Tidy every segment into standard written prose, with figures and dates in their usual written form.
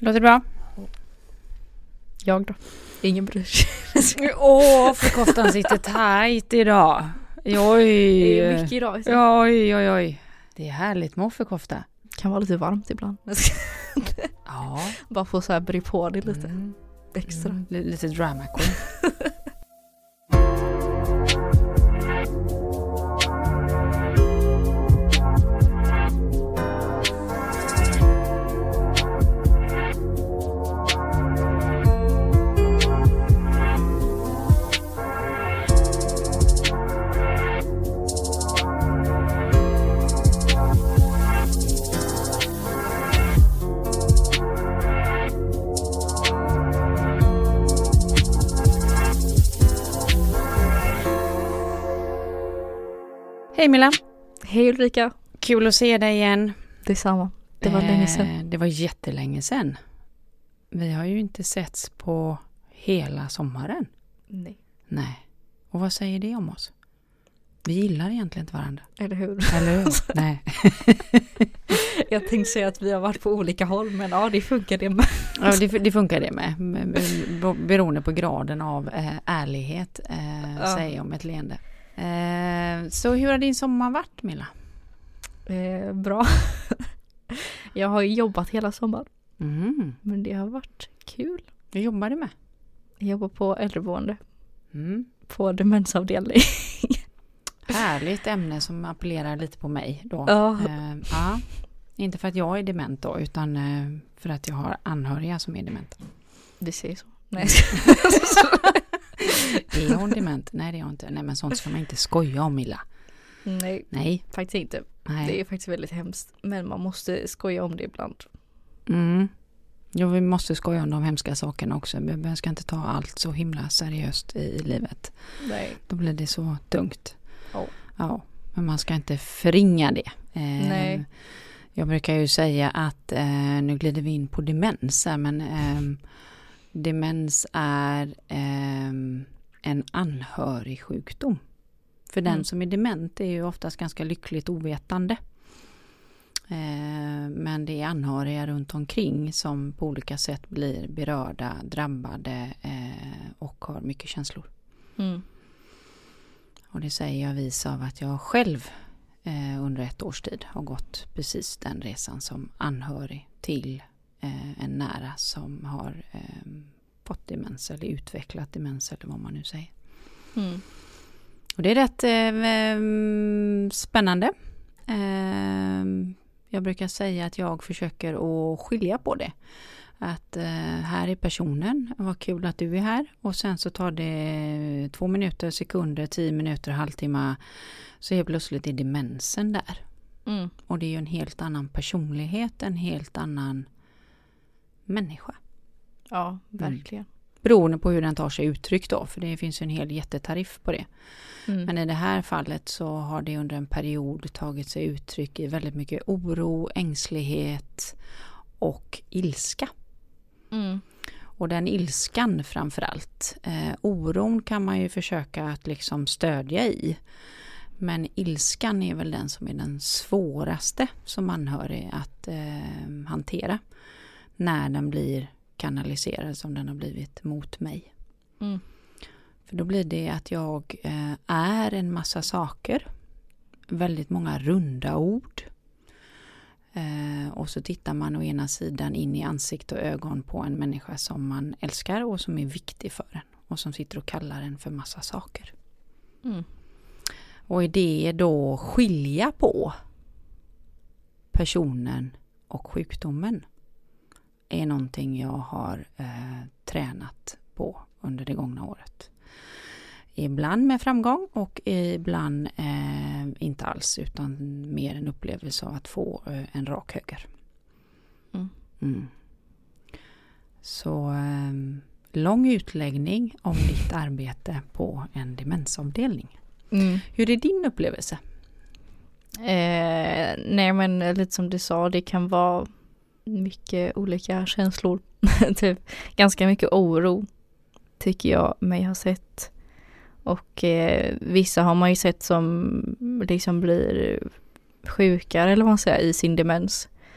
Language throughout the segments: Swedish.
Låter bra? Jag då? Ingen bryr sig. Offerkoftan sitter tajt idag. Oj. Det är mycket idag. Oj. Det är härligt med offerkofta. Kan vara lite varmt ibland. Ja. Bara få så här bry på det lite. Extra. Lite drama queen. Hej Milla. Hej Ulrika. Kul att se dig igen. Detsamma. Det var länge sedan. Det var jättelänge sedan. Vi har ju inte setts på hela sommaren. Nej. Och vad säger det om oss? Vi gillar egentligen inte varandra. Eller hur? Nej. Jag tänkte säga att vi har varit på olika håll, men ja, det funkar det med. Ja, det funkar det med. Beroende på graden av ärlighet, säger jag om ett leende. Så hur har din sommar varit, Milla? Bra. Jag har jobbat hela sommaren. Men det har varit kul. Vad jobbar du med? Jag jobbar på äldreboende. På demensavdelning. Härligt ämne som appellerar lite på mig då. Ja. Inte för att jag är dement då, utan för att jag har anhöriga som är dementa. Det säger så. Nej. Är hon dement? Nej, det är hon inte. Nej, men sånt ska man inte skoja om, Milla. Nej, faktiskt inte. Nej. Det är faktiskt väldigt hemskt. Men man måste skoja om det ibland. Jo, vi måste skoja om de hemska sakerna också. Vi ska inte ta allt så himla seriöst i livet. Nej. Då blir det så tungt. Ja, men man ska inte förringa det. Nej. Jag brukar ju säga att nu glider vi in på demens, men demens är en anhörig sjukdom. För den som är dement är ju oftast ganska lyckligt ovetande. Men det är anhöriga runt omkring som på olika sätt blir berörda, drabbade och har mycket känslor. Och det säger jag vis av att jag själv under ett års tid har gått precis den resan som anhörig till en nära som har fått demens eller utvecklat demens eller vad man nu säger. Och det är rätt spännande. Jag brukar säga att jag försöker att skilja på det. Att här är personen, vad kul att du är här. Och sen så tar det 2 minuter, sekunder, 10 minuter, halvtimme. Så är plötsligt är demensen där. Och det är ju en helt annan personlighet, en helt annan människa. Ja, verkligen. Beroende på hur den tar sig uttryck då. För det finns ju en hel jättetariff på det. Men i det här fallet så har det under en period tagit sig uttryck i väldigt mycket oro, ängslighet och ilska. Och den ilskan framförallt. Oron kan man ju försöka att liksom stödja i. Men ilskan är väl den som är den svåraste som anhörig att hantera. När den blir kanaliserad som den har blivit mot mig. För då blir det att jag är en massa saker. Väldigt många runda ord. Och så tittar man å ena sidan in i ansikte och ögon på en människa som man älskar och som är viktig för en. Och som sitter och kallar en för massa saker. Och i det då skilja på personen och sjukdomen är någonting jag har tränat på under det gångna året. Ibland med framgång och ibland inte alls, utan mer en upplevelse av att få en rak höger. Så lång utläggning om ditt arbete på en demensavdelning. Hur är din upplevelse? Nej, men lite som du sa, det kan vara mycket olika känslor. Typ ganska mycket oro tycker jag mig ha sett. Och vissa har man ju sett som liksom blir sjukare eller vad man säger i sin demens.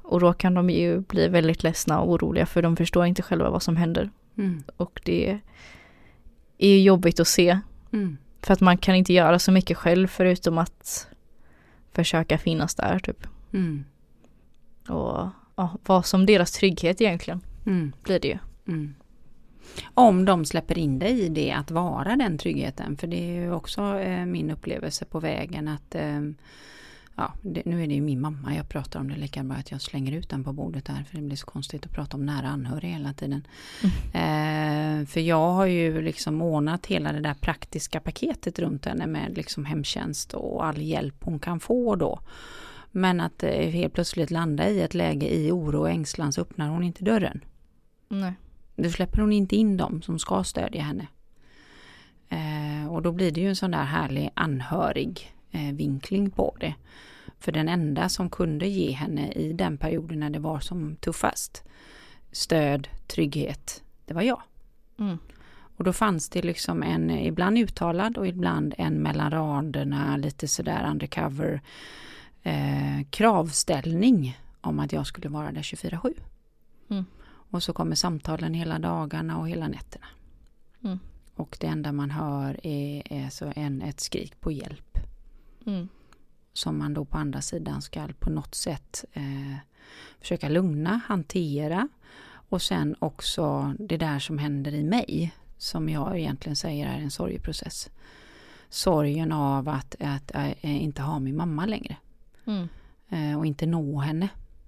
Och då kan de ju bli väldigt ledsna och oroliga för de förstår inte själva vad som händer. Och det är ju jobbigt att se. För att man kan inte göra så mycket själv förutom att försöka finnas där typ. Och vad som deras trygghet egentligen blir det ju. Om de släpper in dig i det att vara den tryggheten. För det är ju också min upplevelse på vägen att nu är det ju min mamma jag pratar om, det lika bra att jag slänger ut den på bordet här för det blir så konstigt att prata om nära anhöriga hela tiden. För jag har ju liksom ordnat hela det där praktiska paketet runt henne med liksom hemtjänst och all hjälp hon kan få då. Men att helt plötsligt landa i ett läge i oro och ängslan så öppnar hon inte dörren. Nej. Då släpper hon inte in dem som ska stödja henne. Och då blir det ju en sån där härlig anhörig vinkling på det. För den enda som kunde ge henne i den perioden när det var som tuffast stöd, trygghet, det var jag. Och då fanns det liksom en ibland uttalad och ibland en mellan raderna lite sådär undercover kravställning om att jag skulle vara där 24/7. Och så kommer samtalen hela dagarna och hela nätterna. Och det enda man hör är så ett skrik på hjälp. Som man då på andra sidan ska på något sätt försöka lugna, hantera. Och sen också det där som händer i mig, som jag egentligen säger är en sorgeprocess. Sorgen av att inte ha min mamma längre. Och inte nå henne.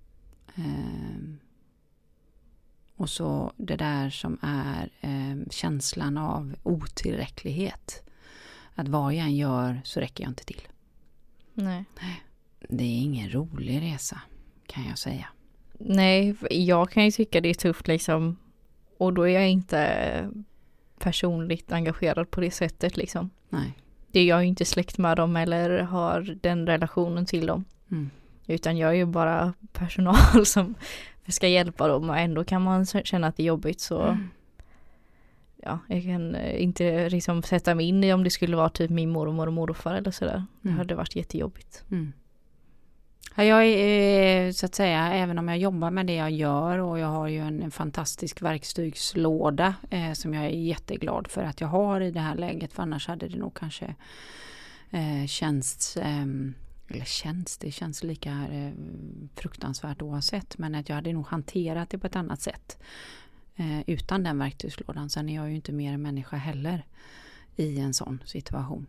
Och så det där som är känslan av otillräcklighet. Att vad jag än gör så räcker jag inte till. Nej. Det är ingen rolig resa, kan jag säga. Nej, jag kan ju tycka det är tufft liksom. Och då är jag inte personligt engagerad på det sättet liksom. Nej. Det är jag ju inte släkt med dem eller har den relationen till dem. Utan jag är ju bara personal som ska hjälpa dem och ändå kan man känna att det är jobbigt så ja, jag kan inte liksom sätta mig in i om det skulle vara typ min mormor och morfar eller sådär. Det hade varit jättejobbigt. Ja, jag är så att säga, även om jag jobbar med det jag gör och jag har ju en fantastisk verktygslåda som jag är jätteglad för att jag har i det här läget, för annars hade det nog kanske det känns lika fruktansvärt oavsett, men att jag hade nog hanterat det på ett annat sätt utan den verktygslådan. Sen är jag ju inte mer en människa heller i en sån situation.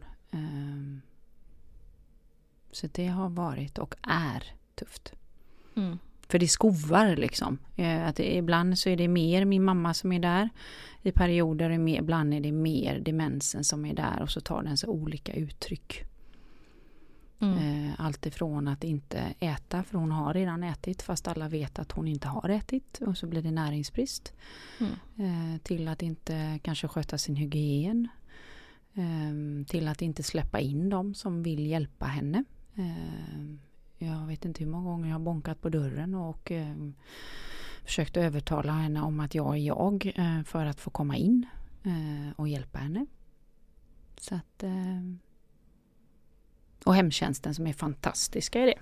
Så det har varit och är tufft. För det skovar liksom. Att ibland så är det mer min mamma som är där. I perioder ibland är det mer demensen som är där och så tar den så olika uttryck. Allt ifrån att inte äta, för hon har redan ätit fast alla vet att hon inte har ätit och så blir det näringsbrist. Till att inte kanske sköta sin hygien. Till att inte släppa in dem som vill hjälpa henne. Jag vet inte hur många gånger jag har bonkat på dörren och försökt övertala henne om att jag är jag för att få komma in och hjälpa henne. Så att och hemtjänsten som är fantastiska i det.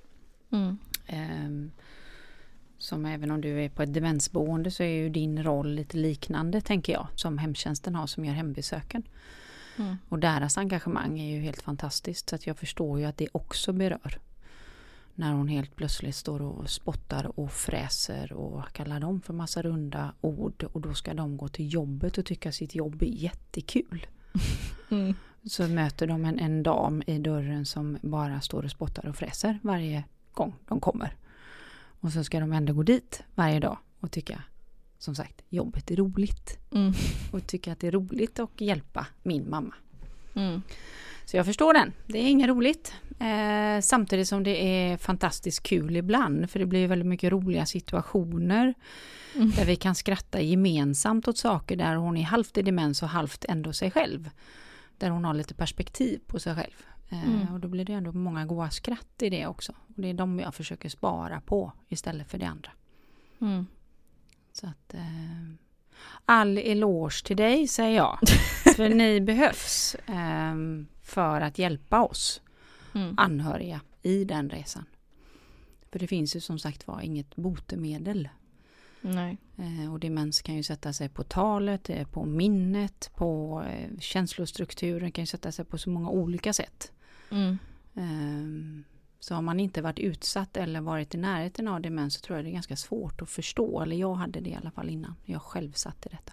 Som även om du är på ett demensboende så är ju din roll lite liknande, tänker jag, som hemtjänsten har som gör hembesöken. Och deras engagemang är ju helt fantastiskt, så att jag förstår ju att det också berör. När hon helt plötsligt står och spottar och fräser och kallar dem för massa runda ord och då ska de gå till jobbet och tycka sitt jobb är jättekul. Så möter de en dam i dörren som bara står och spottar och fräser varje gång de kommer. Och så ska de ändå gå dit varje dag och tycka, som sagt, jobbet är roligt. Och tycka att det är roligt att hjälpa min mamma. Så jag förstår den. Det är inget roligt. Samtidigt som det är fantastiskt kul ibland. För det blir väldigt mycket roliga situationer. Där vi kan skratta gemensamt åt saker där hon är halvt i demens och halvt ändå sig själv. Där hon har lite perspektiv på sig själv. Och då blir det ändå många goda skratt i det också. Och det är de jag försöker spara på istället för det andra. Så att all eloge till dig, säger jag. För ni behövs för att hjälpa oss anhöriga i den resan. För det finns ju som sagt var inget botemedel. Nej. Och demens kan ju sätta sig på talet, på minnet, på känslostrukturen, kan ju sätta sig på så många olika sätt. Så har man inte varit utsatt eller varit i närheten av demens så tror jag det är ganska svårt att förstå. Eller jag hade det i alla fall innan jag själv satt i detta.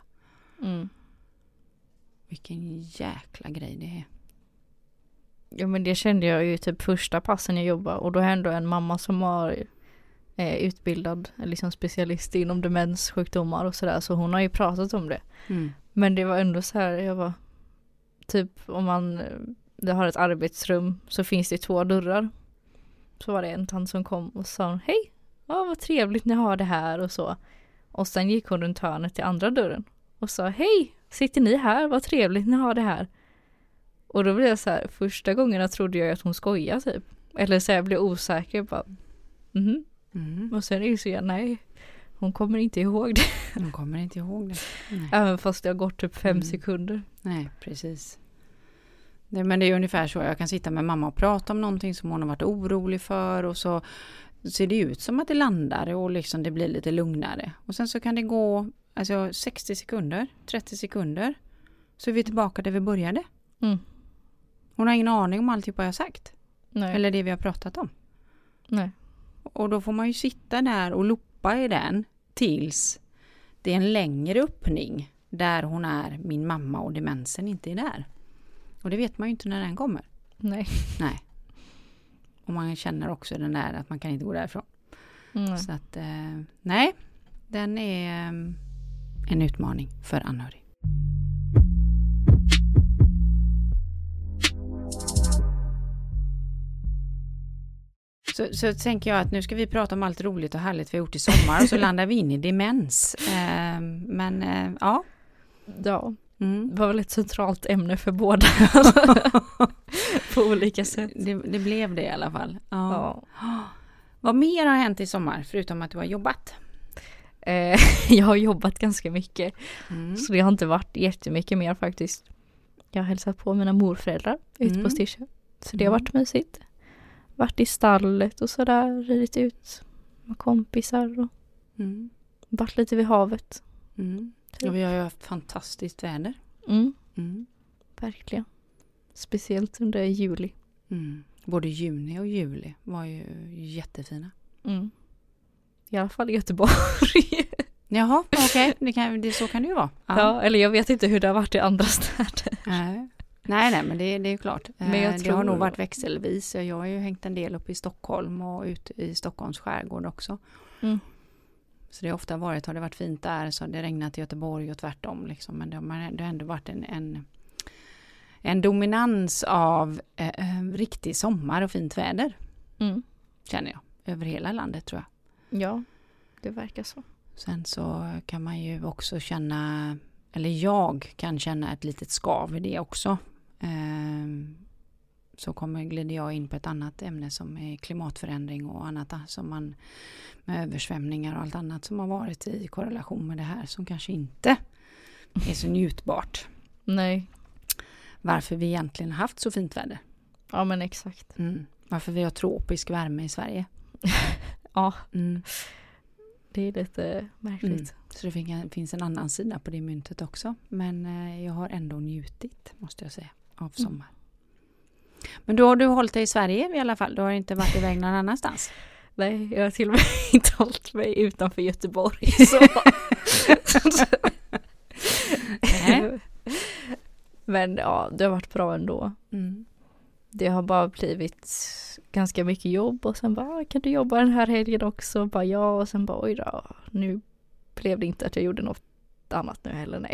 Vilken jäkla grej det är. Ja, men det kände jag ju typ första passen jag jobbade. Och då är ändå en mamma som har utbildad liksom specialist inom demenssjukdomar och sådär. Så hon har ju pratat om det. Men det var ändå så här, jag var typ om det har ett arbetsrum så finns det 2 dörrar. Så var det en tant som kom och sa hej, vad trevligt ni har det här och så. Och sen gick hon runt hörnet till andra dörren och sa hej, sitter ni här? Vad trevligt ni har det här. Och då blev jag så här, första gången trodde jag att hon skojade typ. Eller så jag blev osäker bara. Och sen insåg jag, nej, hon kommer inte ihåg det. Hon kommer inte ihåg det. Nej. Även fast det har gått typ 5 sekunder. Nej, precis. Nej, men det är ungefär så. Jag kan sitta med mamma och prata om någonting som hon har varit orolig för. Och så ser det ut som att det landar och liksom det blir lite lugnare. Och sen så kan det gå 60 sekunder, 30 sekunder. Så är vi tillbaka där vi började. Hon har ingen aning om allt vad jag har sagt. Nej. Eller det vi har pratat om. Nej. Och då får man ju sitta där och loppa i den tills det är en längre öppning där hon är min mamma och demensen inte är där. Och det vet man ju inte när den kommer. Nej. Och man känner också den där att man kan inte gå därifrån. Så att, nej, den är en utmaning för anhörig. Så tänker jag att nu ska vi prata om allt roligt och härligt vi har gjort i sommar och så landar vi in i demens. Men ja. Ja, det var väl ett centralt ämne för båda. På olika sätt. Det blev det i alla fall. Ja. Vad mer har hänt i sommar förutom att du har jobbat? Jag har jobbat ganska mycket. Så det har inte varit jättemycket mer faktiskt. Jag har hälsat på mina morföräldrar ute på Styrsö. Så det har varit mysigt. Varit i stallet och sådär, ridit ut med kompisar och varit lite vid havet. Och vi har ju haft fantastiskt väder. Verkligen. Speciellt under juli. Både juni och juli var ju jättefina. I alla fall i Göteborg. Jaha, okej. Så kan det ju vara. Ja, eller jag vet inte hur det har varit i andra städer. Nej, men det är ju klart. Men det har nog varit växelvis. Jag har ju hängt en del upp i Stockholm och ut i Stockholms skärgård också. Så det har ofta har det varit fint där så har det regnat i Göteborg och tvärtom. Liksom. Men det har ändå varit en dominans av riktig sommar och fint väder. Känner jag. Över hela landet tror jag. Ja, det verkar så. Sen så kan man ju också känna, eller jag kan känna ett litet skav i det också. Så glider jag in på ett annat ämne som är klimatförändring och annat som med översvämningar och allt annat som har varit i korrelation med det här som kanske inte är så njutbart. Nej. Varför vi egentligen har haft så fint väder. Ja, men exakt. Varför vi har tropisk värme i Sverige. Ja. Det är lite märkligt. Så det finns en annan sida på det myntet också. Men jag har ändå njutit, måste jag säga, av sommar. Men då har du hållit dig i Sverige i alla fall. Du har inte varit iväg någon annanstans. Nej, jag har till och med inte hållit mig utanför Göteborg. Så. Men ja, det har varit bra ändå. Det har bara blivit ganska mycket jobb och sen bara, kan du jobba den här helgen också? Bara ja, och sen bara oj då, nu blev det inte att jag gjorde något annat nu heller, nej.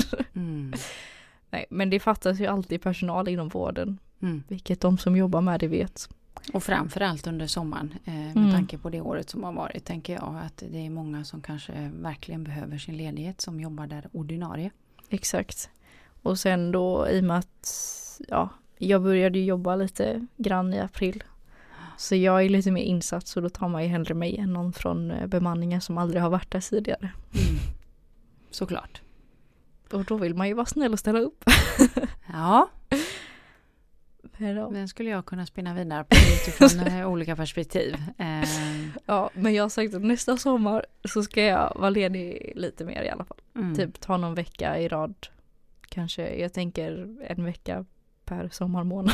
Nej, men det fattas ju alltid personal inom vården, vilket de som jobbar med det vet. Och framförallt under sommaren, med tanke på det året som har varit, tänker jag att det är många som kanske verkligen behöver sin ledighet som jobbar där ordinarie. Exakt. Och sen då i och med att jag började jobba lite grann i april. Så jag är lite mer insatt så då tar man ju hellre mig än någon från bemanningen som aldrig har varit där tidigare. Såklart. Och då vill man ju vara snäll och ställa upp. Ja. Den skulle jag kunna spinna vidare på utifrån olika perspektiv. Ja, men jag har sagt att nästa sommar så ska jag vara ledig lite mer i alla fall. Typ ta någon vecka i rad. Kanske, jag tänker 1 vecka per sommarmånad.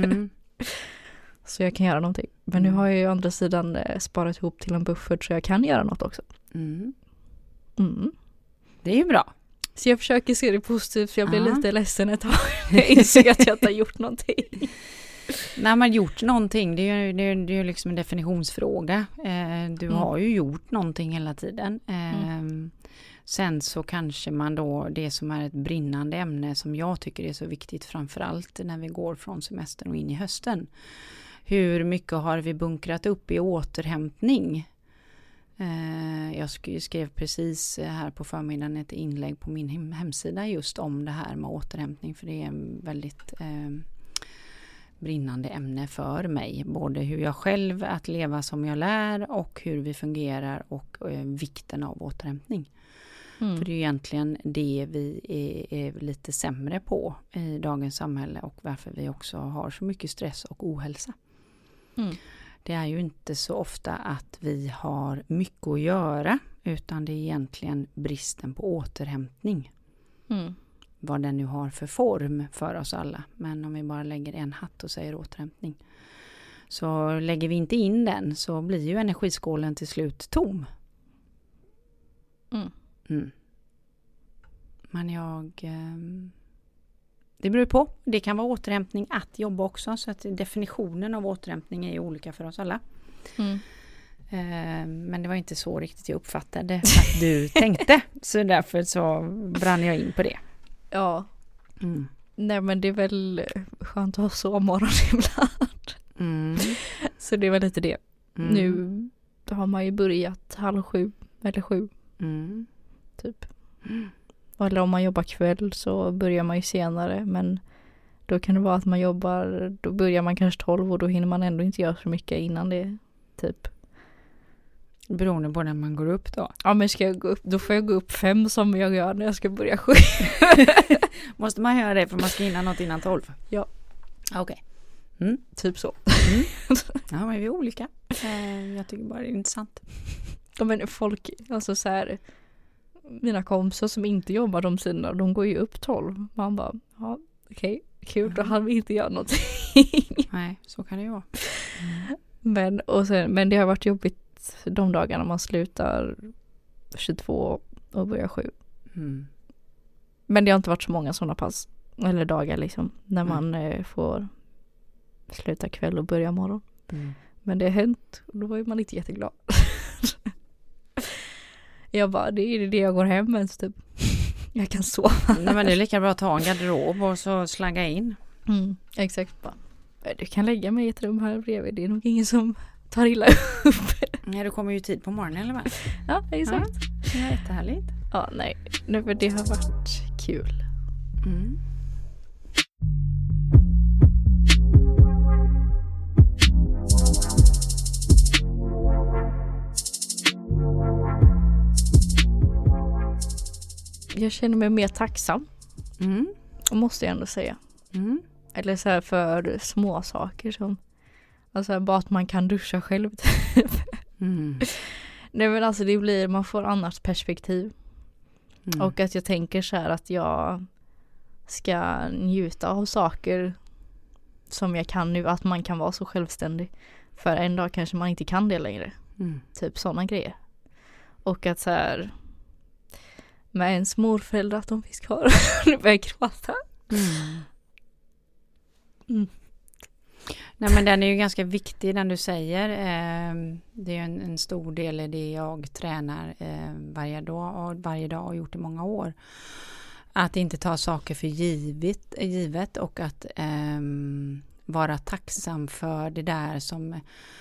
Så jag kan göra någonting. Men nu har jag ju å andra sidan sparat ihop till en buffert så jag kan göra något också. Det är ju bra. Så jag försöker se det positivt för jag blir lite ledsen ett tag. Jag inser att jag inte har gjort någonting. När man gjort någonting, det är ju liksom en definitionsfråga. Du har ju gjort någonting hela tiden. Sen så kanske man då, det som är ett brinnande ämne som jag tycker är så viktigt framförallt när vi går från semestern och in i hösten. Hur mycket har vi bunkrat upp i återhämtning? Jag skrev precis här på förmiddagen ett inlägg på min hemsida just om det här med återhämtning, för det är en väldigt brinnande ämne för mig. Både hur jag själv att leva som jag lär och hur vi fungerar och vikten av återhämtning. För det är egentligen det vi är lite sämre på i dagens samhälle och varför vi också har så mycket stress och ohälsa. Det är ju inte så ofta att vi har mycket att göra, utan det är egentligen bristen på återhämtning. Vad den nu har för form för oss alla. Men om vi bara lägger en hatt och säger återhämtning, så lägger vi inte in den så blir ju energiskålen till slut tom. Men det beror på. Det kan vara återhämtning att jobba också. Så att definitionen av återhämtning är ju olika för oss alla. Men det var inte så riktigt jag uppfattade att du tänkte. Så därför så brann jag in på det. Ja. Nej, men det är väl skönt att ha sovmorgon ibland. Så det var lite det. Nu har man ju börjat 6:30 eller 7. Typ. Eller om man jobbar kväll så börjar man ju senare, men då kan det vara att man jobbar, då börjar man kanske 12 och då hinner man ändå inte göra så mycket innan det typ. Beroende på när man går upp då. Ja, men ska jag gå upp, då får jag gå upp 5 som jag gör när jag ska börja 7. Måste man göra det för man ska hinna något innan 12? Ja. Okej. Typ så. Ja, men vi är olika. Jag tycker bara det är intressant. Men folk, alltså så här, mina kompisar som inte jobbar de går ju upp 12. Man bara, ja, okej, kul, då hade vi inte gjort någonting. Nej, så kan det ju vara. Men det har varit jobbigt de dagarna man slutar 22 och börjar 7. Men det har inte varit så många sådana pass eller dagar liksom, när man får sluta kväll och börja morgon. Men det har hänt och då var man inte jätteglad. Jag bara, det är det jag går hem med typ. Jag kan sova. Nej, men det är lika bra att ta en garderob och så slagga in. Exakt. Bara. Du kan lägga mig i ett rum här bredvid. Det är nog ingen som tar illa upp. Nej, du kommer ju tid på morgonen eller vad? Ja, exakt. Ja, det är jättehärligt. Ja, nej. För det har varit kul. Jag känner mig mer tacksam. Måste jag ändå säga. Eller så här för små saker som alltså bara att man kan duscha själv. Nej, men alltså det blir, man får annat perspektiv. Och att jag tänker så här att jag ska njuta av saker som jag kan nu, att man kan vara så självständig. För en dag kanske man inte kan det längre. Typ sådana grejer. Och att så här med ens morföräldrar att de fick höra nu börjar gråta. Nej, men den är ju ganska viktig, den du säger. Det är en stor del i det jag tränar varje dag och gjort i många år. Att inte ta saker för givet och att vara tacksam för det där som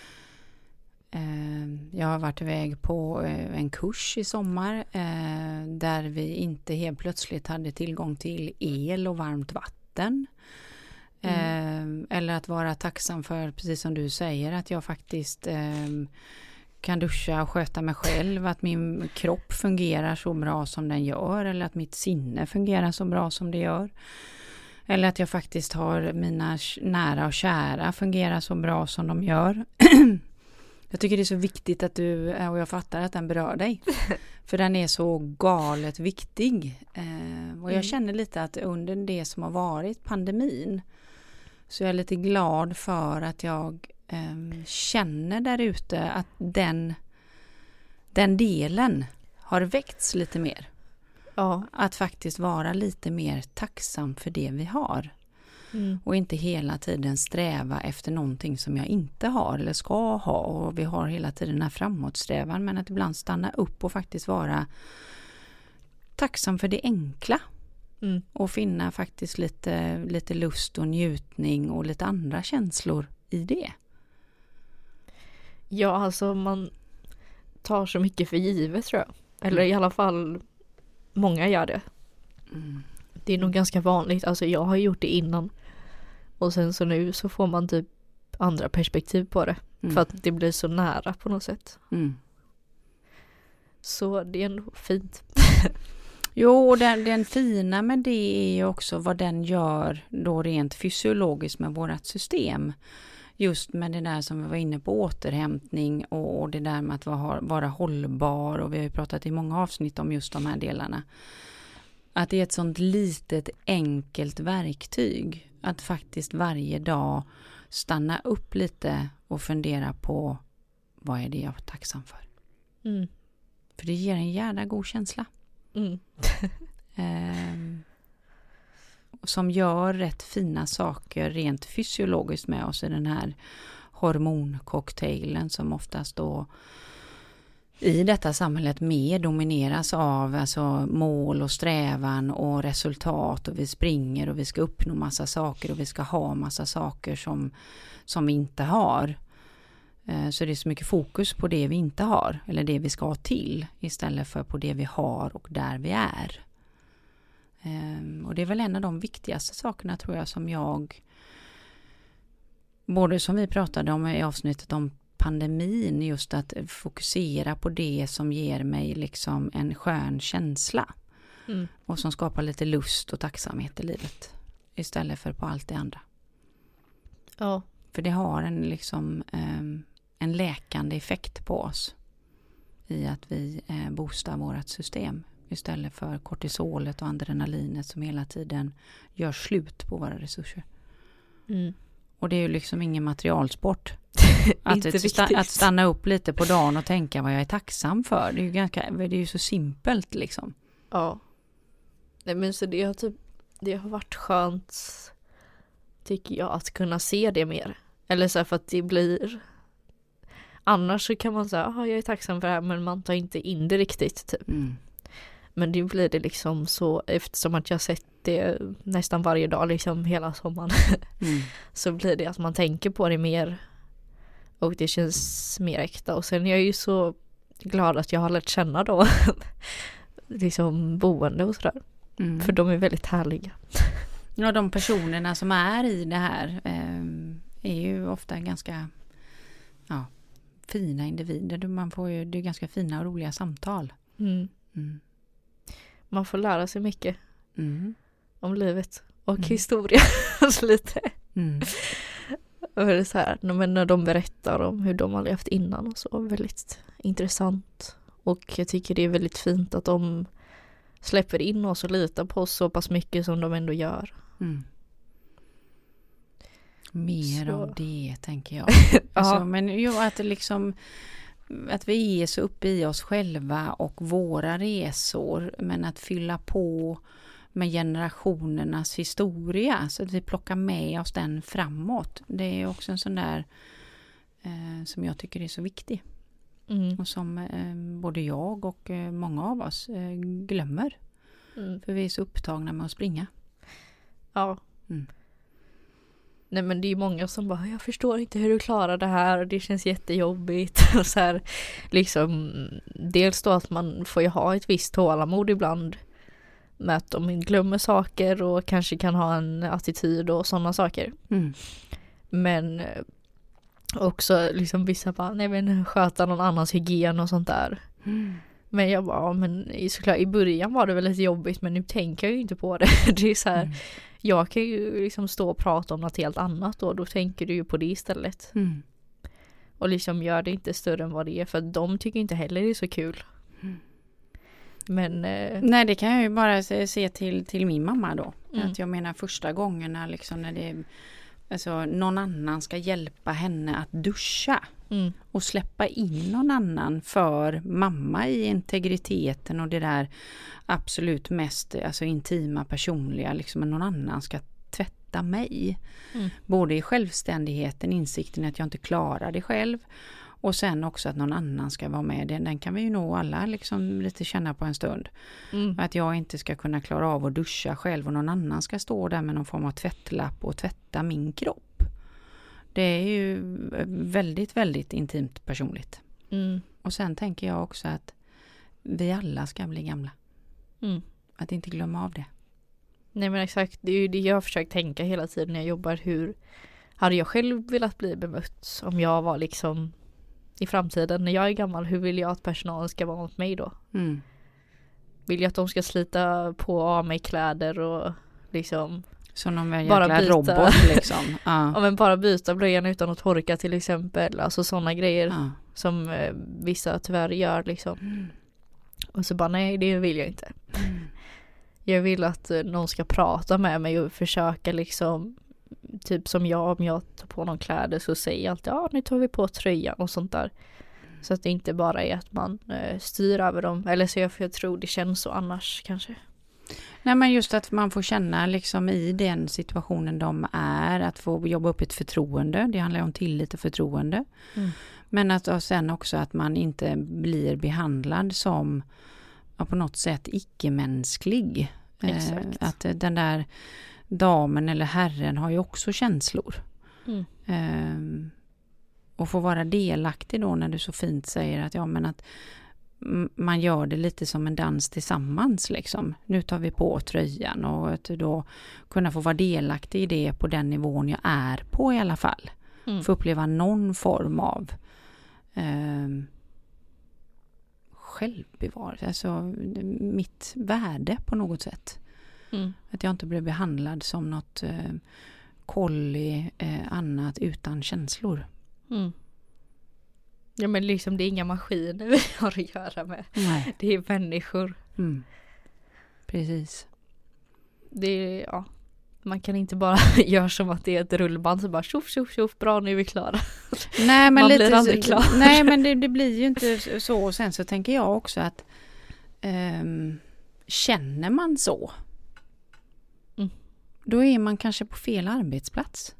jag har varit iväg på en kurs i sommar där vi inte helt plötsligt hade tillgång till el och varmt vatten. Eller att vara tacksam för, precis som du säger, att jag faktiskt kan duscha och sköta mig själv, att min kropp fungerar så bra som den gör, eller att mitt sinne fungerar så bra som det gör. Eller att jag faktiskt har mina nära och kära fungera så bra som de gör. Jag tycker det är så viktigt att du, och jag fattar att den berör dig. För den är så galet viktig. Och jag känner lite att under det som har varit pandemin så är jag lite glad för att jag känner där ute att den delen har väckts lite mer. Ja. Att faktiskt vara lite mer tacksam för det vi har. Och inte hela tiden sträva efter någonting som jag inte har eller ska ha. Och vi har hela tiden den här framåtsträvan, men att ibland stanna upp och faktiskt vara tacksam för det enkla. Och finna faktiskt lite lust och njutning och lite andra känslor i det. Ja, alltså man tar så mycket för givet, tror jag. Eller i alla fall många gör det. Det är nog ganska vanligt. Alltså jag har gjort det innan. Och sen så nu så får man typ andra perspektiv på det. För att det blir så nära på något sätt. Så det är ändå fint. Jo, och den fina med det är ju också vad den gör då rent fysiologiskt med vårt system. Just med det där som vi var inne på, återhämtning och det där med att vara hållbar. Och vi har ju pratat i många avsnitt om just de här delarna. Att det är ett sånt litet enkelt verktyg. Att faktiskt varje dag stanna upp lite och fundera på vad är det jag är tacksam för. För det ger en jävla god känsla. Som gör rätt fina saker rent fysiologiskt med oss i den här hormoncocktailen som oftast då i detta samhället mer domineras av alltså mål och strävan och resultat, och vi springer och vi ska uppnå massa saker och vi ska ha massa saker som vi inte har. Så det är så mycket fokus på det vi inte har eller det vi ska ha till istället för på det vi har och där vi är. Och det är väl en av de viktigaste sakerna, tror jag, som jag, både som vi pratade om i avsnittet om pandemin, just att fokusera på det som ger mig liksom en skön känsla och som skapar lite lust och tacksamhet i livet istället för på allt det andra. Ja. För det har en läkande effekt på oss i att vi boostar vårt system istället för kortisolet och adrenalinet som hela tiden gör slut på våra resurser. Och det är ju liksom ingen materialsport. Att stanna upp lite på dagen och tänka vad jag är tacksam för. Det är ju så simpelt liksom. Ja. Nej, men så det har varit skönt, tycker jag, att kunna se det mer. Eller så här, för att det blir, annars så kan man säga jag är tacksam för det här, men man tar inte in det riktigt typ. Men det blir det liksom så, eftersom att jag sett det nästan varje dag liksom hela sommaren. Så blir det att man tänker på det mer och det känns mer äkta. Och sen är jag ju så glad att jag har lärt känna då liksom boende och sådär. För de är väldigt härliga. Ja, de personerna som är i det här är ju ofta ganska fina individer. Man får ju, det är ganska fina och roliga samtal. Man får lära sig mycket om livet och historia lite. Och det är så här, när de berättar om hur de har levt innan och så, väldigt intressant. Och jag tycker det är väldigt fint att de släpper in oss och litar på oss så pass mycket som de ändå gör. Mer av det, tänker jag. Alltså, men att liksom att vi är så uppe i oss själva och våra resor, men att fylla på med generationernas historia så att vi plockar med oss den framåt. Det är också en sån där som jag tycker är så viktig. Och som både jag och många av oss glömmer. För vi är så upptagna med att springa. Ja. Nej, men det är många som bara, jag förstår inte hur du klarar det här och det känns jättejobbigt. Och så här, liksom, dels då att man får ju ha ett visst tålamod ibland med att de glömmer saker och kanske kan ha en attityd och sådana saker. Men också liksom vissa bara, nej men sköta någon annans hygien och sånt där. Men jag bara, men såklart i början var det väl lite jobbigt, men nu tänker jag ju inte på det. Det är så här, Jag kan ju liksom stå och prata om något helt annat då tänker du ju på det istället. Och liksom gör det inte större än vad det är, för de tycker inte heller det är så kul. Men nej, det kan jag ju bara se till min mamma då. Att jag menar första gångerna liksom när det alltså någon annan ska hjälpa henne att duscha och släppa in någon annan för mamma i integriteten och det där absolut mest alltså intima personliga liksom att någon annan ska tvätta mig. Både i självständigheten, insikten att jag inte klarar det själv och sen också att någon annan ska vara med. Den kan vi ju nog alla liksom lite känna på en stund. Att jag inte ska kunna klara av att duscha själv och någon annan ska stå där med någon form av tvättlapp och tvätta min kropp. Det är ju väldigt, väldigt intimt personligt. Och sen tänker jag också att vi alla ska bli gamla. Att inte glömma av det. Nej men exakt, det är ju det jag har försökt tänka hela tiden när jag jobbar. Hur hade jag själv velat bli bemött om jag var liksom i framtiden när jag är gammal? Hur vill jag att personalen ska vara mot mig då? Vill jag att de ska slita på av mig kläder och liksom som någon bara jäkla byta robot liksom. Ja men bara byta blöjan utan att torka till exempel. Alltså sådana grejer som vissa tyvärr gör liksom. Och så bara nej, det vill jag inte. Jag vill att någon ska prata med mig och försöka liksom typ som jag, om jag tar på någon kläder så säger jag alltid nu tar vi på tröjan och sånt där. Så att det inte bara är att man styr över dem. Eller så jag tror det känns så annars kanske. Nej men just att man får känna liksom i den situationen de är att få jobba upp ett förtroende. Det handlar om tillit och förtroende. Men att sen också att man inte blir behandlad som på något sätt icke-mänsklig. Att den där damen eller herren har ju också känslor. Och få vara delaktig då när du så fint säger att men att man gör det lite som en dans tillsammans liksom. Nu tar vi på tröjan och att då kunna få vara delaktig i det på den nivån jag är på i alla fall. Få uppleva någon form av självbevarelse, alltså mitt värde på något sätt. Att jag inte blir behandlad som något kolli annat utan känslor. Ja men liksom det är inga maskiner vi har att göra med. Nej. Det är människor. Precis. Det är, man kan inte bara göra som att det är ett rullband så bara tjoff, tjoff, tjoff, bra nu är vi klara. Nej, men man lite, blir aldrig klar. Nej men det blir ju inte så. Och sen så tänker jag också att känner man så då är man kanske på fel arbetsplats.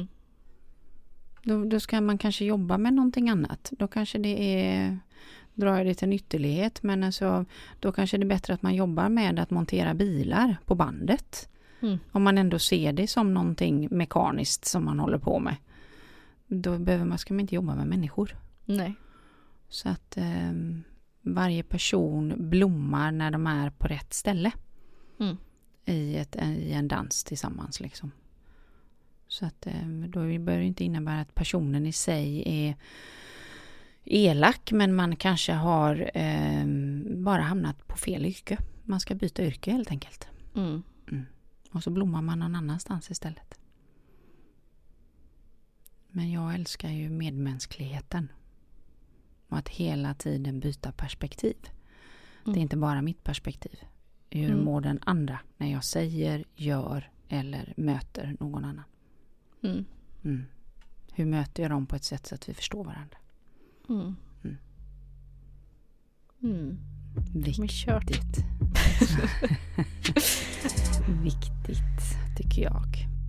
Då ska man kanske jobba med någonting annat. Då kanske det är, drar jag det till en ytterlighet, men alltså, då kanske det är bättre att man jobbar med att montera bilar på bandet. Om man ändå ser det som någonting mekaniskt som man håller på med. Då ska man inte jobba med människor. Nej. Så att varje person blommar när de är på rätt ställe. I en dans tillsammans liksom. Så att då bör det inte innebära att personen i sig är elak, men man kanske har bara hamnat på fel yrke. Man ska byta yrke helt enkelt. Och så blommar man någon annanstans istället. Men jag älskar ju medmänskligheten. Och att hela tiden byta perspektiv. Det är inte bara mitt perspektiv. Hur mår den andra när jag säger, gör eller möter någon annan. Hur möter jag dem på ett sätt så att vi förstår varandra? Viktigt. Viktigt tycker jag.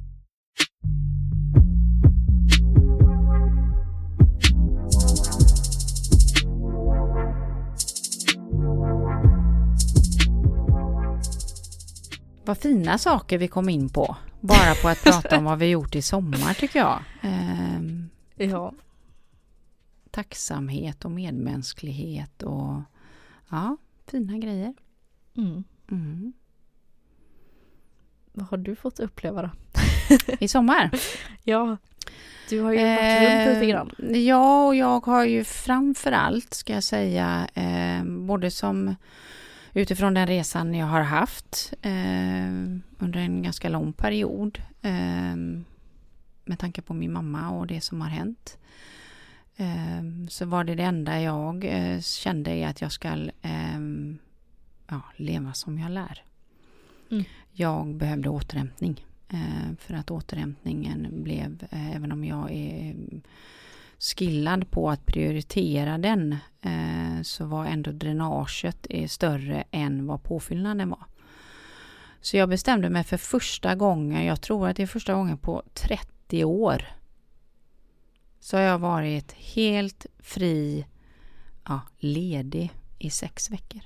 Vad fina saker vi kom in på. Bara på att prata om vad vi gjort i sommar tycker jag. Ja. Tacksamhet och medmänsklighet och fina grejer. Vad har du fått uppleva då? I sommar? Ja, du har ju varit runt lite grann. Ja, och jag har ju framförallt ska jag säga både som utifrån den resan jag har haft under en ganska lång period med tanke på min mamma och det som har hänt, så var det enda jag kände är att jag ska leva som jag lär. Jag behövde återhämtning, för att återhämtningen blev, även om jag är skillad på att prioritera den, så var ändå dränaget större än vad påfyllnaden var. Så jag bestämde mig för första gången, jag tror att det är första gången på 30 år, så har jag varit helt fri, ledig i 6 veckor.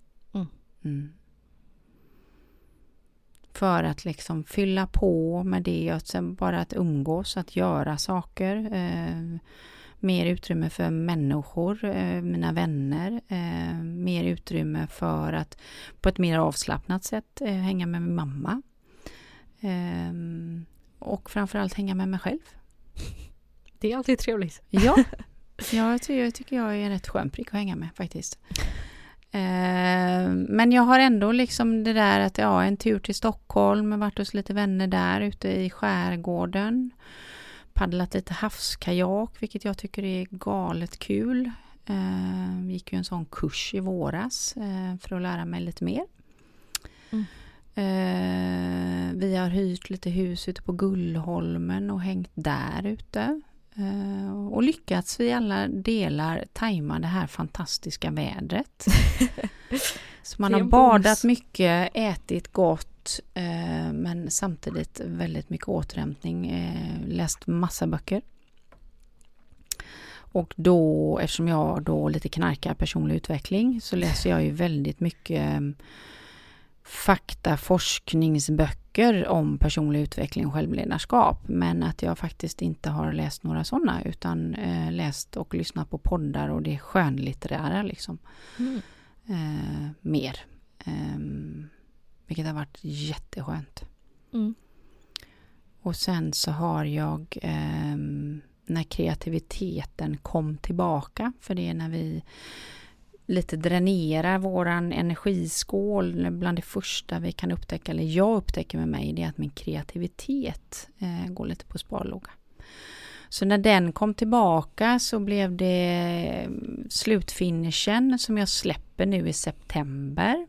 För att liksom fylla på med det, och sen bara att umgås, att göra saker, mer utrymme för människor, mina vänner, mer utrymme för att på ett mer avslappnat sätt hänga med min mamma, och framförallt hänga med mig själv. Det är alltid trevligt. Ja, jag tycker jag är en rätt skön prick att hänga med faktiskt. Men jag har ändå liksom det där att en tur till Stockholm, varit hos lite vänner där ute i skärgården, paddlat lite havskajak, vilket jag tycker är galet kul. Gick ju en sån kurs i våras för att lära mig lite mer. Vi har hyrt lite hus ute på Gullholmen och hängt där ute. Och lyckats i alla delar tajma det här fantastiska vädret. Så man har badat mycket, ätit gott, men samtidigt väldigt mycket återhämtning, läst massa böcker. Och då, eftersom jag då lite knarkar personlig utveckling, så läser jag ju väldigt mycket forskningsböcker om personlig utveckling och självledarskap, men att jag faktiskt inte har läst några sådana, utan läst och lyssnat på poddar och det skönlitterära liksom. Mer. Vilket har varit jätteskönt. Och sen så har jag när kreativiteten kom tillbaka, för det är när vi lite dränerar våran energiskål, bland det första vi kan upptäcka, eller jag upptäcker med mig, det är att min kreativitet går lite på sparlåga. Så när den kom tillbaka så blev det slutfinishen som jag släpper nu i september.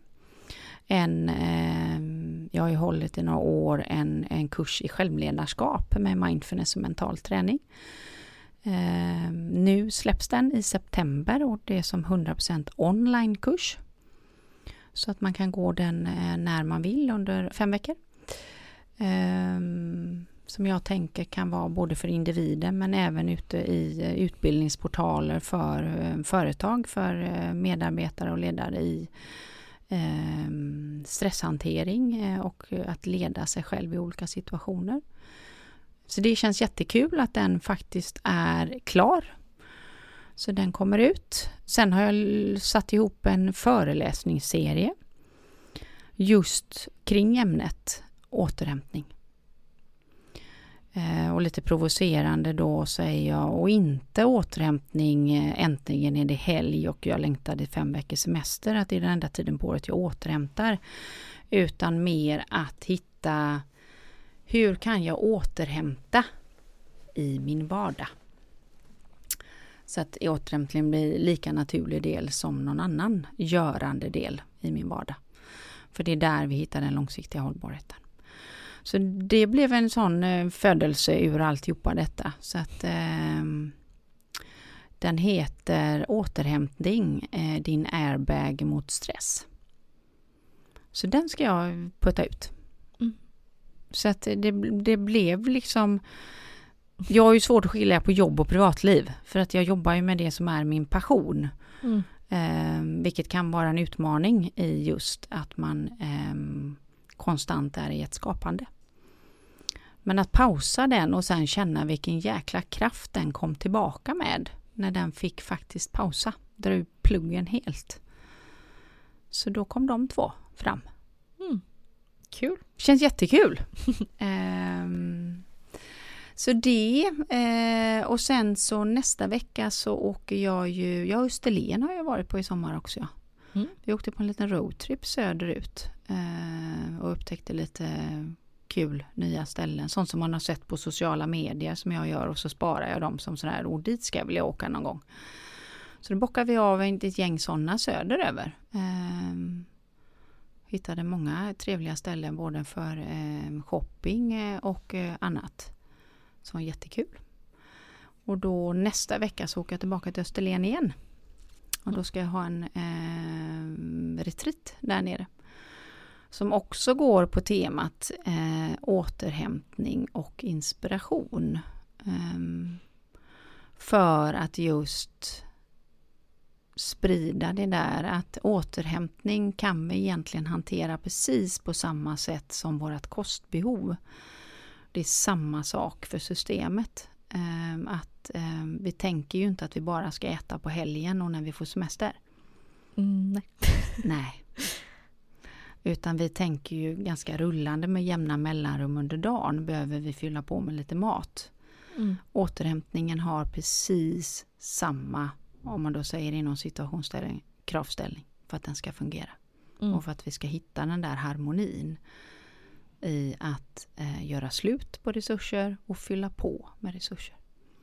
Jag har ju hållit i några år en kurs i självledarskap med mindfulness och mental träning. Nu släpps den i september och det är som 100% onlinekurs. Så att man kan gå den när man vill under 5 veckor. Som jag tänker kan vara både för individen men även ute i utbildningsportaler för företag, för medarbetare och ledare i stresshantering och att leda sig själv i olika situationer. Så det känns jättekul att den faktiskt är klar. Så den kommer ut. Sen har jag satt ihop en föreläsningsserie just kring ämnet återhämtning. Och lite provocerande då säger jag, och inte återhämtning, äntligen är det helg och jag längtade 5 veckors semester, att det är den enda tiden på året jag återhämtar, utan mer att hitta hur kan jag återhämta i min vardag. Så att återhämtning blir lika naturlig del som någon annan görande del i min vardag. För det är där vi hittar den långsiktiga hållbarheten. Så det blev en sån födelse ur alltihopa detta. Så att den heter Återhämtning, din airbag mot stress. Så den ska jag putta ut. Så att det blev liksom... Jag har ju svårt att skilja på jobb och privatliv. För att jag jobbar ju med det som är min passion. Vilket kan vara en utmaning i just att man konstant är i ett skapande. Men att pausa den och sen känna vilken jäkla kraft den kom tillbaka med. När den fick faktiskt pausa. Dra ut pluggen helt. Så då kom de 2 fram. Kul. Känns jättekul. Så det, och sen så nästa vecka så åker jag ju, Österlen har jag varit på i sommar också. Vi åkte på en liten roadtrip söderut och upptäckte lite kul nya ställen. Sånt som man har sett på sociala medier som jag gör, och så sparar jag dem som sådär, och dit ska jag vilja åka någon gång. Så då bockade vi av ett gäng sådana söderöver. Hittade många trevliga ställen både för shopping och annat. Som var jättekul. Och då nästa vecka så åker jag tillbaka till Österlen igen. Och då ska jag ha en retreat där nere. Som också går på temat återhämtning och inspiration. För att just sprida det där att återhämtning kan vi egentligen hantera precis på samma sätt som vårt kostbehov. Det är samma sak för systemet. Vi tänker ju inte att vi bara ska äta på helgen och när vi får semester. Nej. Nej. Utan vi tänker ju ganska rullande med jämna mellanrum under dagen. Behöver vi fylla på med lite mat. Återhämtningen har precis samma, om man då säger inom situationsställning, kravställning för att den ska fungera. Och för att vi ska hitta den där harmonin i att göra slut på resurser och fylla på med resurser.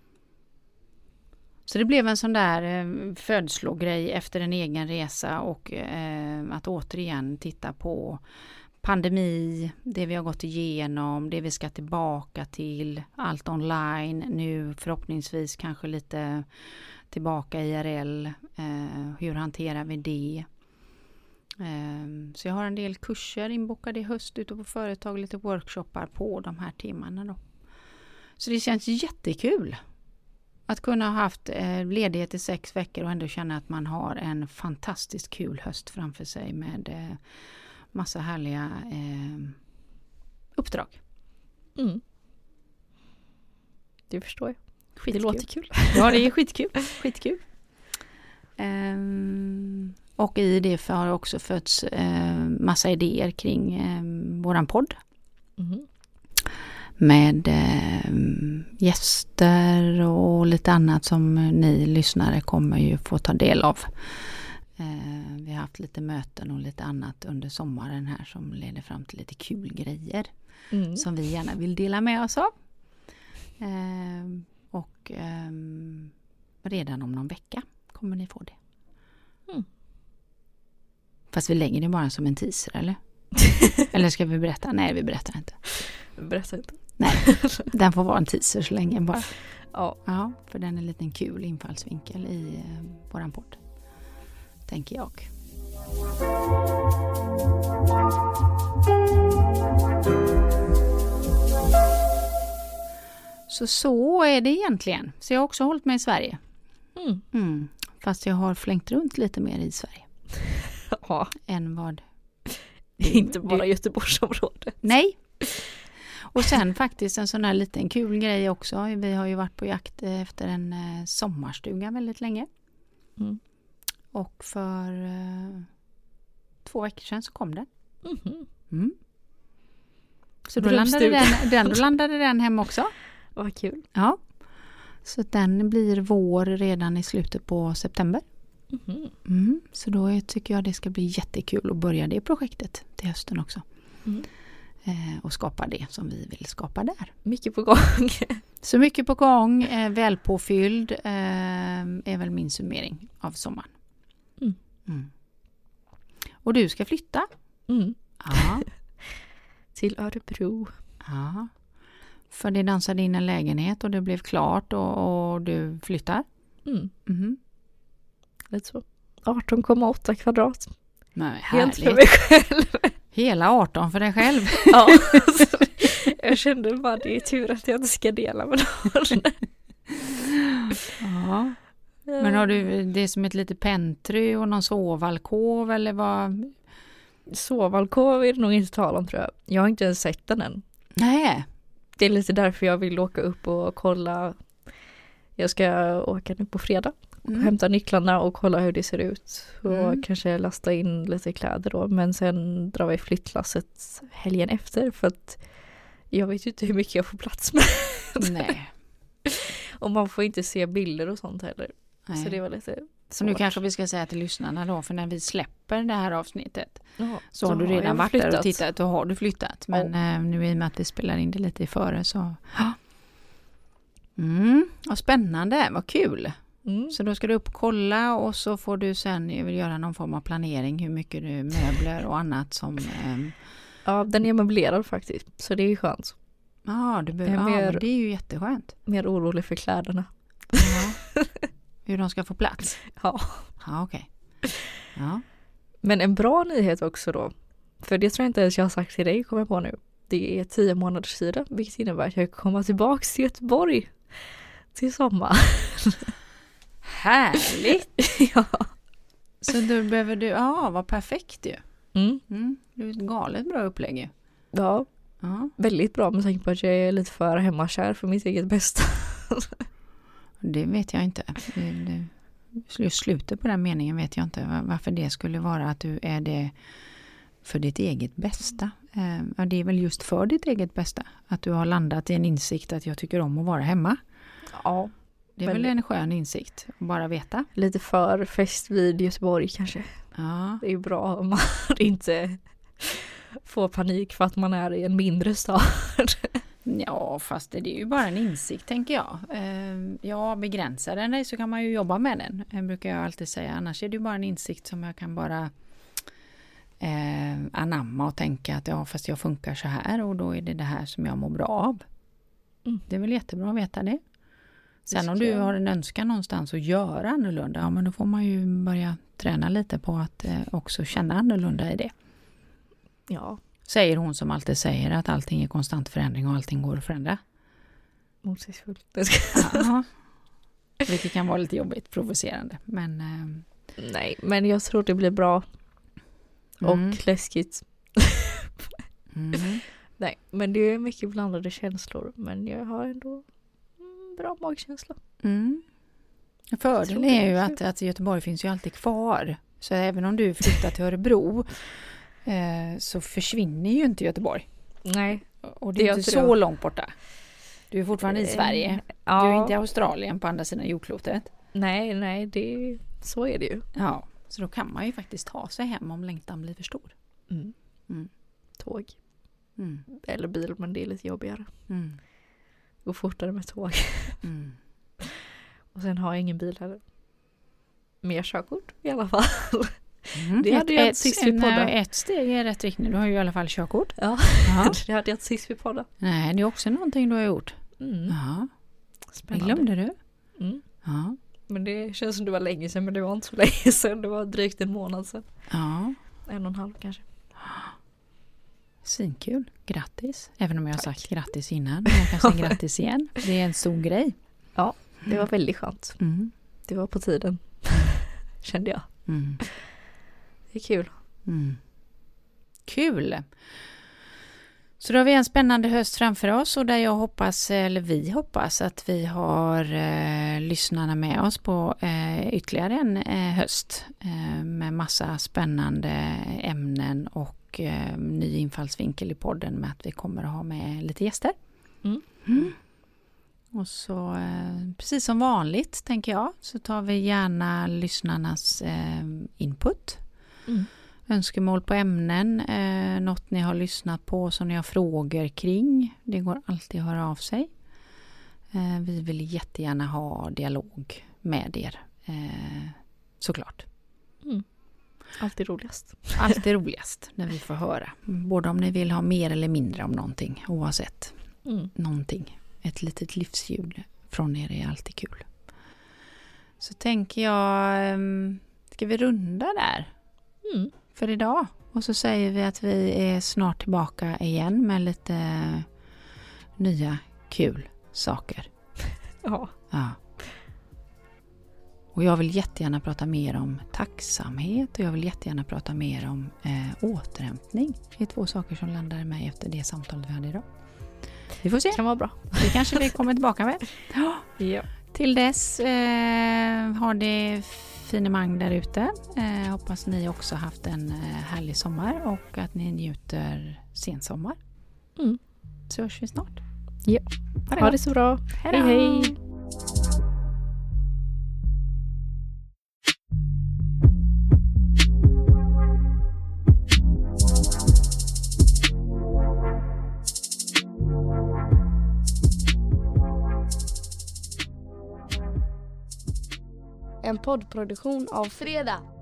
Så det blev en sån där födslogrej efter en egen resa, och att återigen titta på pandemi, det vi har gått igenom, det vi ska tillbaka till, allt online, nu förhoppningsvis kanske lite tillbaka IRL, hur hanterar vi det? Så jag har en del kurser inbokade i höst ute på företag, lite workshoppar på de här timmarna då. Så det känns jättekul att kunna ha haft ledighet i 6 veckor och ändå känna att man har en fantastiskt kul höst framför sig med massa härliga uppdrag. Det förstår jag. Skitkul. Det låter kul. Ja, det är skitkul. Och i det har också fötts massa idéer kring våran podd. Med gäster och lite annat som ni lyssnare kommer ju få ta del av. Vi har haft lite möten och lite annat under sommaren här som leder fram till lite kul grejer som vi gärna vill dela med oss av. Och redan om någon vecka kommer ni få det. Fast vi lägger det bara som en teaser, eller? Eller ska vi berätta? Nej, vi berättar inte. Berätta inte. Nej, den får vara en teaser så länge bara. Ja, för den är en liten kul infallsvinkel i våran podd. Tänker jag. Så är det egentligen. Så jag har också hållit mig i Sverige. Fast jag har flängt runt lite mer i Sverige. Ja. Än vad... Inte bara Göteborgsområdet. Nej. Och sen faktiskt en sån här liten kul grej också. Vi har ju varit på jakt efter en sommarstuga väldigt länge. Och för 2 veckor sedan så kom den. Så då landade den hem också. Vad kul. Ja. Så den blir vår redan i slutet på september. Så då tycker jag det ska bli jättekul att börja det projektet till hösten också. Och skapa det som vi vill skapa där. Mycket på gång. Så mycket på gång, välpåfylld är väl min summering av sommaren. Och du ska flytta? Ja. Till Örebro. Ja. För det dansade in en lägenhet och det blev klart och du flyttar? Lite så. 18,8 kvadrat. Nej, helt för mig själv. Hela 18 för dig själv? Ja. Jag kände bara det är tur att jag inte ska dela med någon. Ja. Men har du det som ett litet pentry och någon sovalkov eller vad? Sovalkov är det nog inte tal om, tror jag. Jag har inte ens sett den än. Nej. Det är lite därför jag vill åka upp och kolla. Jag ska åka nu på fredag. Hämta nycklarna och kolla hur det ser ut. Och kanske lasta in lite kläder då. Men sen drar vi flyttlasset helgen efter. För att jag vet ju inte hur mycket jag får plats med. Nej. Och man får inte se bilder och sånt heller. Nej. Så det var lite Så nu kanske vi ska säga till lyssnarna då, för när vi släpper det här avsnittet så har du har redan varit flyttat. där och tittat, då har du flyttat. Men nu i och med att vi spelar in det lite i före så... Vad spännande, vad kul. Så då ska du upp och kolla och så får du sen göra någon form av planering hur mycket du möbler och annat som... Ja, den är möblerad faktiskt, så det är ju skönt. Ja, det är ju jätteskönt. Mer orolig för kläderna. Ja. Hur de ska få plats? Ja. Ja, okej. Ja. Men en bra nyhet också då, för det tror jag inte ens jag har sagt till dig, kommer jag på nu. Det är 10 månaders tid, vilket innebär att jag kommer tillbaka till Göteborg till sommar. Härligt! Ja. Så då behöver du, vad perfekt ju. Det är ett galet bra upplägg ju. Ja, väldigt bra med tanke på att jag är lite för hemmakär för mitt eget bästa. Det vet jag inte. Slutet på den meningen vet jag inte. Varför det skulle vara att du är det för ditt eget bästa. Det är väl just för ditt eget bästa. Att du har landat i en insikt att jag tycker om att vara hemma. Ja. Det är väl en skön insikt. Bara veta. Lite för fest vid Göteborg kanske. Ja. Det är bra om man inte får panik för att man är i en mindre stad. Ja, fast det är ju bara en insikt tänker jag. Begränsar den dig så kan man ju jobba med den. Brukar jag alltid säga. Annars är det ju bara en insikt som jag kan bara anamma och tänka att fast jag funkar så här och då är det här som jag mår bra av. Det är väl jättebra att veta det. Sen om du har en önskan någonstans att göra annorlunda, men då får man ju börja träna lite på att också känna annorlunda i det. Ja. Säger hon som alltid säger att allting är konstant förändring och allting går att förändra. Motsägelsefullt. Ja. Vilket kan vara lite jobbigt, provocerande. Men, nej, men jag tror det blir bra. Och läskigt. Nej, men det är mycket blandade känslor. Men jag har ändå bra magkänsla. Fördelen är ju att Göteborg finns ju alltid kvar. Så även om du flyttar till Örebro så försvinner ju inte Göteborg. Nej. Och det är inte så långt borta. Du är fortfarande i Sverige. Ja. Du är inte i Australien på andra sidan jordklotet. Nej, så är det ju. Ja, så då kan man ju faktiskt ta sig hem om längtan blir för stor. Tåg. Eller bil, men det är lite jobbigare. Gå fortare med tåg. Och sen har jag ingen bil heller. Mer körkort i alla fall. Det hade jag sist vi poddade. Ett steg i rätt riktning. Du har ju i alla fall körkort. Ja, det hade jag sist vi poddade. Nej, det är också någonting du har gjort. Ja. Spännande. Det glömde du. Ja. Men det känns som det var länge sedan, men det var inte så länge sedan. Det var drygt en månad sedan. Ja. 1,5 kanske. Svinkul. Grattis. Även om jag har sagt grattis innan. Men jag kan säga grattis igen. Det är en stor grej. Ja, det var väldigt skönt. Det var på tiden. Kände jag. Det är kul. Kul. Så då har vi en spännande höst framför oss och där jag hoppas, eller vi hoppas att vi har lyssnarna med oss på ytterligare en höst med massa spännande ämnen och ny infallsvinkel i podden med att vi kommer att ha med lite gäster. Och så precis som vanligt tänker jag så tar vi gärna lyssnarnas input. Önskemål på ämnen, något ni har lyssnat på som ni har frågor kring. Det går alltid att höra av sig. Vi vill jättegärna ha dialog med er, såklart. Alltid roligast. Alltid roligast när vi får höra. Både om ni vill ha mer eller mindre om någonting, oavsett. Någonting. Ett litet livsljud från er är alltid kul. Så tänker jag, ska vi runda där? För idag. Och så säger vi att vi är snart tillbaka igen med lite nya kul saker. Ja. Och jag vill jättegärna prata mer om tacksamhet och jag vill jättegärna prata mer om återhämtning. Det är 2 saker som landar i mig efter det samtalet vi hade idag. Vi får se. Det kan vara bra. Det kanske vi kommer tillbaka med. Ja. Till dess har det finemang där ute. Hoppas ni också haft en härlig sommar och att ni njuter sensommar. Så hörs vi snart. Ja. Ha det så bra. Hej hej. en poddproduktion av Fredag.